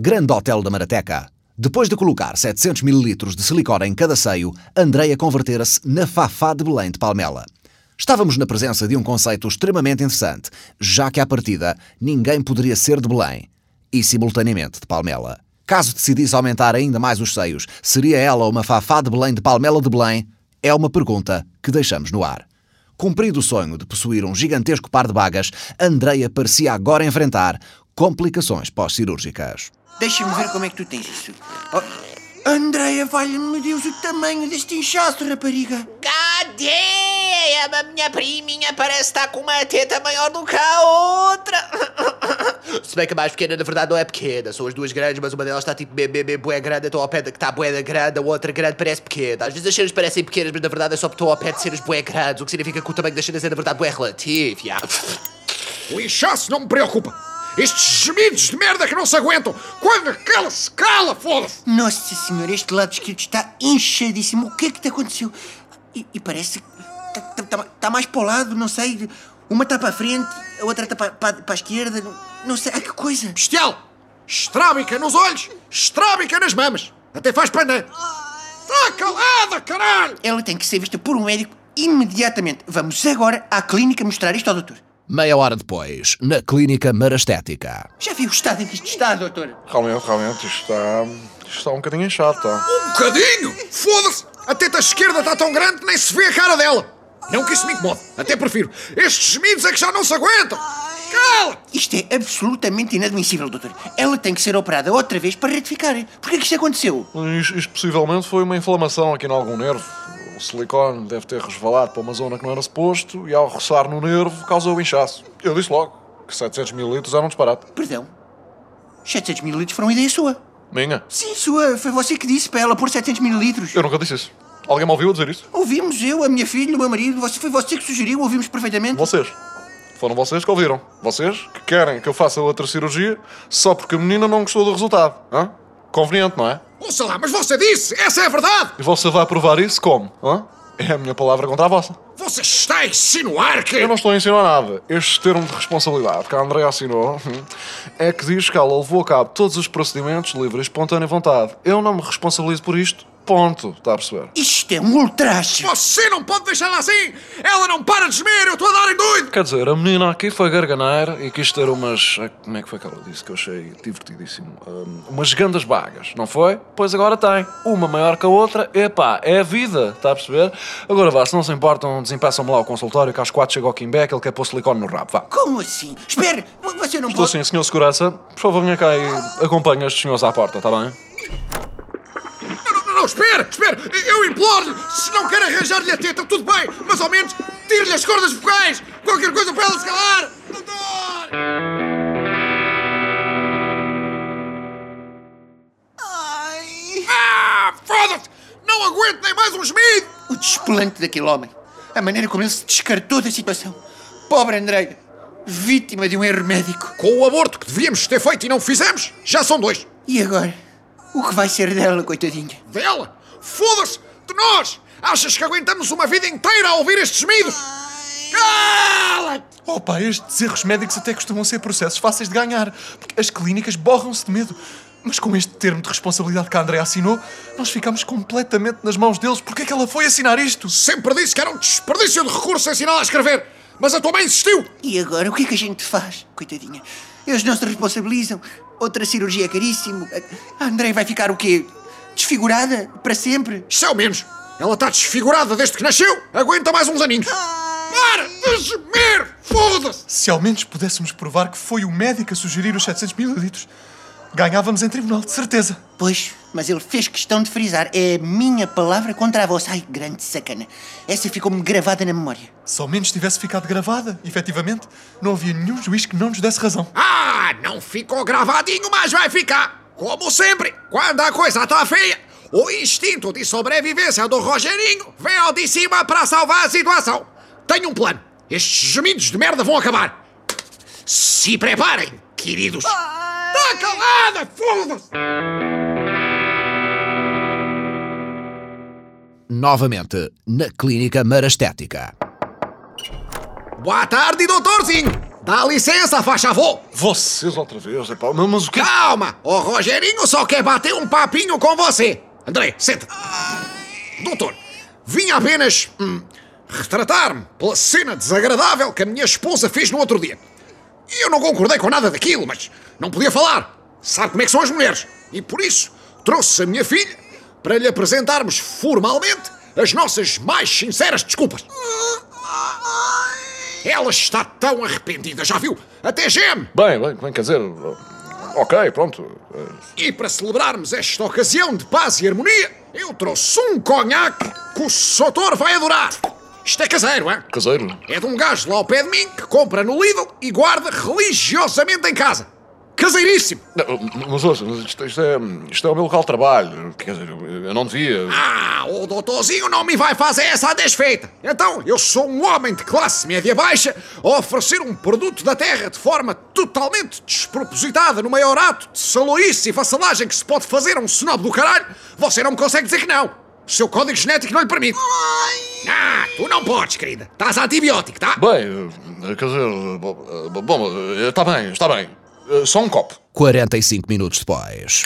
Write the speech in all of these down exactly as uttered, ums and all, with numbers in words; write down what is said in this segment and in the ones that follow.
Grande Hotel da Marateca. Depois de colocar setecentos mililitros de silicone em cada seio, Andreia convertera-se na Fafá de Belém de Palmela. Estávamos na presença de um conceito extremamente interessante, já que à partida ninguém poderia ser de Belém e simultaneamente de Palmela. Caso decidisse aumentar ainda mais os seios, seria ela uma Fafá de Belém de Palmela de Belém? É uma pergunta que deixamos no ar. Cumprido o sonho de possuir um gigantesco par de bagas, Andreia parecia agora enfrentar complicações pós-cirúrgicas. Deixa-me ver como é que tu tens isso. Oh, Andreia, valha-me Deus, o tamanho deste inchaço, rapariga. Cadê? A minha priminha parece estar com uma teta maior do que a outra. Se bem que a mais pequena, na verdade, não é pequena. São as duas grandes, mas uma delas está tipo bem, bem, bem, bué grande. Estou ao pé da que está bué da grande, a outra grande parece pequena. Às vezes as cenas parecem pequenas, mas na verdade é só porque estou ao pé de cenas bué grandes, o que significa que o tamanho das cenas é na verdade bué relativo. Yeah. O inchaço não me preocupa. Estes gemidos de merda que não se aguentam. Quando aquela se cala, foda-se. Nossa senhora, este lado esquerdo está inchadíssimo. O que é que te aconteceu? E, e parece que está tá, tá mais para o lado, não sei. Uma está para a frente, a outra está para, para, para a esquerda. Não, não sei, ai que coisa. Bestial. Estrábica nos olhos, estrábica nas mamas. Até faz panã. Está calada, caralho. Ela tem que ser vista por um médico imediatamente. Vamos agora à clínica mostrar isto ao doutor. Meia hora depois, na Clínica Marastética. Já viu o estado em que isto está, doutor? Realmente, realmente, isto está, isto está um bocadinho inchado, está. Um bocadinho? Foda-se! A teta esquerda está tão grande que nem se vê a cara dela. Não que isso me incomode, até prefiro. Estes gemidos é que já não se aguentam. Cala! Isto é absolutamente inadmissível, doutor. Ela tem que ser operada outra vez para retificar. Porquê é que isto aconteceu? Isto, isto possivelmente foi uma inflamação aqui em algum nervo. O silicone deve ter resvalado para uma zona que não era suposto e ao roçar no nervo causou o inchaço. Eu disse logo que setecentos mililitros era um disparate. Perdão? setecentos mililitros foram ideia sua? Minha? Sim, sua. Foi você que disse para ela pôr setecentos mililitros. Eu nunca disse isso. Alguém me ouviu a dizer isso? Ouvimos, eu, a minha filha, o meu marido. Você, foi você que sugeriu, ouvimos perfeitamente. Vocês. Foram vocês que ouviram. Vocês que querem que eu faça outra cirurgia só porque a menina não gostou do resultado. Hã? Conveniente, não é? Ouça lá, mas você disse, essa é a verdade! E você vai provar isso como? Hã? É a minha palavra contra a vossa. Você está a insinuar que... Eu não estou a insinuar nada. Este termo de responsabilidade que a Andreia assinou é que diz que ela levou a cabo todos os procedimentos livre e espontânea vontade. Eu não me responsabilizo por isto. Ponto. Está a perceber? Isto é um ultraje. Você não pode deixá-la assim! Ela não para de gemer, eu estou a dar em doido! Quer dizer, a menina aqui foi garganeira e quis ter umas... Como é que foi que ela disse que eu achei divertidíssimo? Um, umas grandes bagas, não foi? Pois agora tem. Uma maior que a outra. Epá, é a vida. Está a perceber? Agora vá, se não se importam, desempeçam-me lá ao consultório que às quatro chega ao Kimbeck, ele quer pôr silicone no rabo. Vá. Como assim? Espere, você não Estou pode... sim, senhor Segurança. Por favor, venha cá e acompanhe estes senhores à porta, está bem? Não, espera, espera, eu imploro-lhe, se não quer arranjar-lhe a teta, tudo bem, mas ao menos tire-lhe as cordas vocais, qualquer coisa para ela se calar, doutor! Ai... Ah, foda-se, não aguento nem mais um gemido! O desplante daquele homem, a maneira como ele se descartou da situação. Pobre Andreia, vítima de um erro médico. Com o aborto que devíamos ter feito e não fizemos, já são dois. E agora? O que vai ser dela, coitadinha? Dela? Foda-se! De nós! Achas que aguentamos uma vida inteira a ouvir estes gemidos? Cala-te! Oh pá, estes erros médicos até costumam ser processos fáceis de ganhar, porque as clínicas borram-se de medo. Mas com este termo de responsabilidade que a Andreia assinou, nós ficamos completamente nas mãos deles. Porquê é que ela foi assinar isto? Sempre disse que era um desperdício de recursos ensiná-la a escrever, mas a tua mãe insistiu. E agora, o que é que a gente faz, coitadinha? Eles não se responsabilizam. Outra cirurgia é caríssimo. A Andreia vai ficar o quê? Desfigurada? Para sempre? Isso é o menos. Ela está desfigurada desde que nasceu. Aguenta mais uns aninhos. Para de gemer! Foda-se! Se ao menos pudéssemos provar que foi o médico a sugerir os setecentos mililitros, ganhávamos em tribunal, de certeza. Pois, mas ele fez questão de frisar. É a minha palavra contra a vossa. Ai, grande sacana. Essa ficou-me gravada na memória. Se ao menos tivesse ficado gravada, efetivamente, não havia nenhum juiz que não nos desse razão. Ah, não ficou gravadinho, mas vai ficar. Como sempre, quando a coisa está feia, o instinto de sobrevivência do Rogerinho vem ao de cima para salvar a situação. Tenho um plano. Estes gemidos de merda vão acabar. Se preparem, queridos. Está calada, foda-se! Novamente, na Clínica Marastética. Boa tarde, doutorzinho! Dá licença, faz favor. Vocês outra vez, epá, mas, mas o quê? Calma, o Rogerinho só quer bater um papinho com você. André, senta. Doutor, vim apenas hum, retratar-me pela cena desagradável que a minha esposa fez no outro dia. E eu não concordei com nada daquilo, mas não podia falar. Sabe como é que são as mulheres. E por isso trouxe a minha filha para lhe apresentarmos formalmente as nossas mais sinceras desculpas. Ela está tão arrependida, já viu? Até geme. Bem, bem, bem, quer dizer... Ok, pronto. E para celebrarmos esta ocasião de paz e harmonia, eu trouxe um conhaque que o Soutor vai adorar. Isto é caseiro, hein? Caseiro? É de um gajo lá ao pé de mim que compra no Lidl e guarda religiosamente em casa. Caseiríssimo. Não, mas ouça, mas isto, isto, é, isto é o meu local de trabalho. Quer dizer, eu não devia... Ah, o doutorzinho não me vai fazer essa desfeita. Então, eu sou um homem de classe média-baixa a oferecer um produto da terra de forma totalmente despropositada no maior ato de saloice e vassalagem que se pode fazer a um snob do caralho. Você não me consegue dizer que não. O seu código genético não lhe permite. Ah, tu não podes, querida. Estás antibiótico, tá? Bem, quer dizer... Bom, está bem, está bem. Só um copo. quarenta e cinco minutos depois.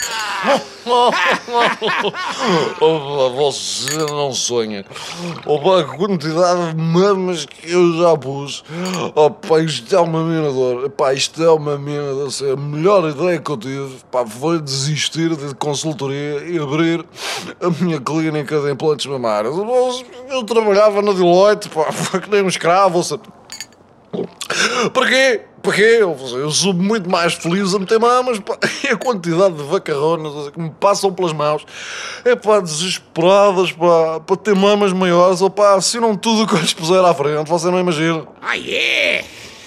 Opa, você não sonha. Opa, a quantidade de mamas que eu já pus. Opa, isto é uma mina dor. Epá, isto é uma mina dor. A melhor ideia que eu tive, pá, foi desistir de consultoria e abrir a minha clínica de implantes mamários. Eu trabalhava na Deloitte, pá, que nem um escravo. Para quê? Para quê? Eu sou muito mais feliz a meter mamas, pá. E a quantidade de vacarronas que me passam pelas mãos é, pá, desesperadas, pá, para ter mamas maiores, ou pá, assinam tudo o que eu lhes puser à frente, você não imagina. Ah, é?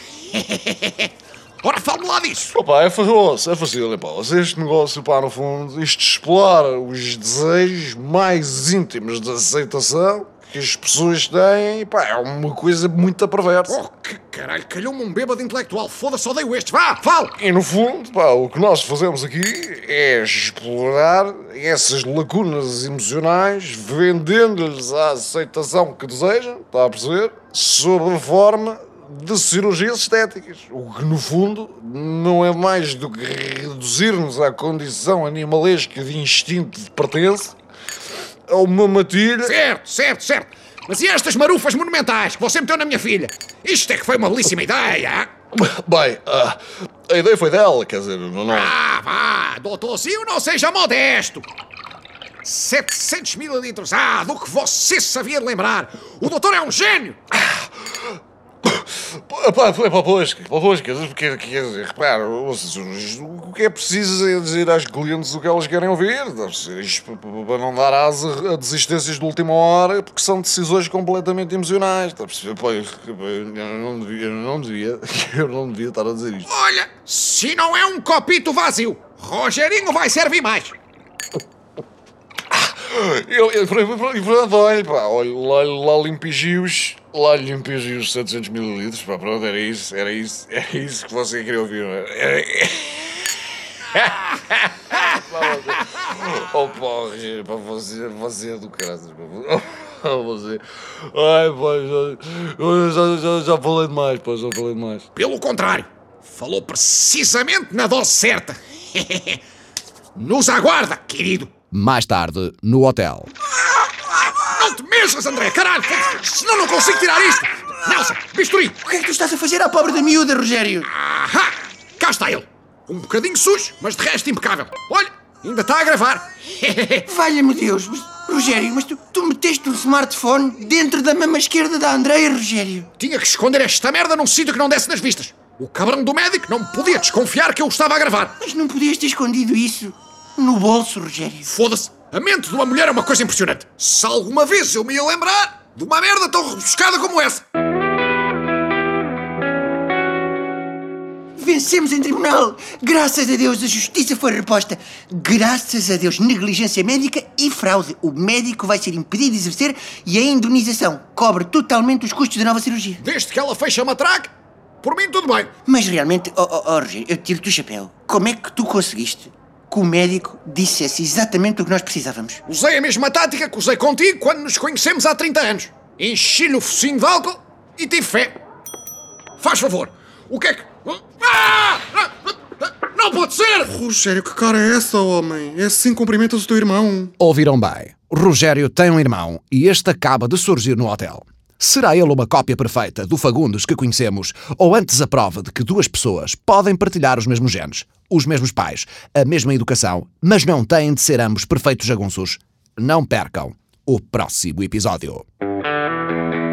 Ora, fala-me lá disso. Opa, é fácil, é fácil, pá. Este negócio, pá, no fundo, isto explora os desejos mais íntimos de aceitação que as pessoas têm, pá, é uma coisa muito perversa. Oh, que caralho, calhou-me um bêbado intelectual. Foda-se, odeio estes. Vá, fala! E no fundo, pá, o que nós fazemos aqui é explorar essas lacunas emocionais, vendendo-lhes a aceitação que desejam, está a perceber? Sob a forma de cirurgias estéticas. O que, no fundo, não é mais do que reduzir-nos à condição animalesca de instinto de pertença a uma matilha... Certo, certo, certo. Mas e estas marufas monumentais que você meteu na minha filha? Isto é que foi uma belíssima ideia. Bem, uh, a ideia foi dela, quer dizer, não... não... Ah, vá, doutorzinho, não seja modesto. setecentos mililitros, ah, do que você sabia de lembrar. O doutor é um gênio. Pá, foi para pois, para pois, quer dizer, quer dizer, repara, o que é preciso é dizer às clientes o que elas querem ouvir, isto para não dar asa a desistências de última hora, porque são decisões completamente emocionais, está a perceber? Pá, eu não devia, eu não devia, eu não devia estar a dizer isto. Olha, se não é um copito vazio, Rogerinho vai servir mais. Eu, eu, e pronto, olha, pá, olha, lá, lá limpigios, lá limpigios setecentos mililitros, pá, pronto, era isso, era isso, era isso que você queria ouvir, não é? Era... Oh, porra, para você, você é do caralho, para você. Ai, pá, já, já, já, já falei demais, pá, já falei demais. Pelo contrário, falou precisamente na dose certa. Nos aguarda, querido. Mais tarde, no hotel. Não te mexas, André, caralho! Senão não consigo tirar isto! Nelson, bisturi! O que é que tu estás a fazer à pobre da miúda, Rogério? Ahá! Cá está ele! Um bocadinho sujo, mas de resto impecável. Olha, ainda está a gravar. Valha-me Deus, mas, Rogério, mas tu, tu meteste um smartphone dentro da mama esquerda da Andreia, Rogério. Tinha que esconder esta merda num sítio que não desse nas vistas. O cabrão do médico não podia desconfiar que eu o estava a gravar. Mas não podias ter escondido isso no bolso, Rogério. Foda-se! A mente de uma mulher é uma coisa impressionante. Se alguma vez eu me ia lembrar de uma merda tão rebuscada como essa. Vencemos em tribunal! Graças a Deus a justiça foi reposta. Graças a Deus, negligência médica e fraude. O médico vai ser impedido de exercer e a indemnização cobre totalmente os custos da nova cirurgia. Desde que ela fecha a matraca, por mim tudo bem. Mas realmente, oh, oh, oh Rogério, eu tiro-te o chapéu. Como é que tu conseguiste que o médico dissesse exatamente o que nós precisávamos? Usei a mesma tática que usei contigo quando nos conhecemos há trinta anos. Enchi-lhe o focinho de álcool e tive fé. Faz favor, O que é que... Ah! Não pode ser! Rogério, que cara é essa, homem? É assim que cumprimentas o teu irmão? Ouviram bem. Rogério tem um irmão e este acaba de surgir no hotel. Será ele uma cópia perfeita do Fagundes que conhecemos ou antes a prova de que duas pessoas podem partilhar os mesmos genes, os mesmos pais, a mesma educação, mas não têm de ser ambos perfeitos jagunços? Não percam o próximo episódio.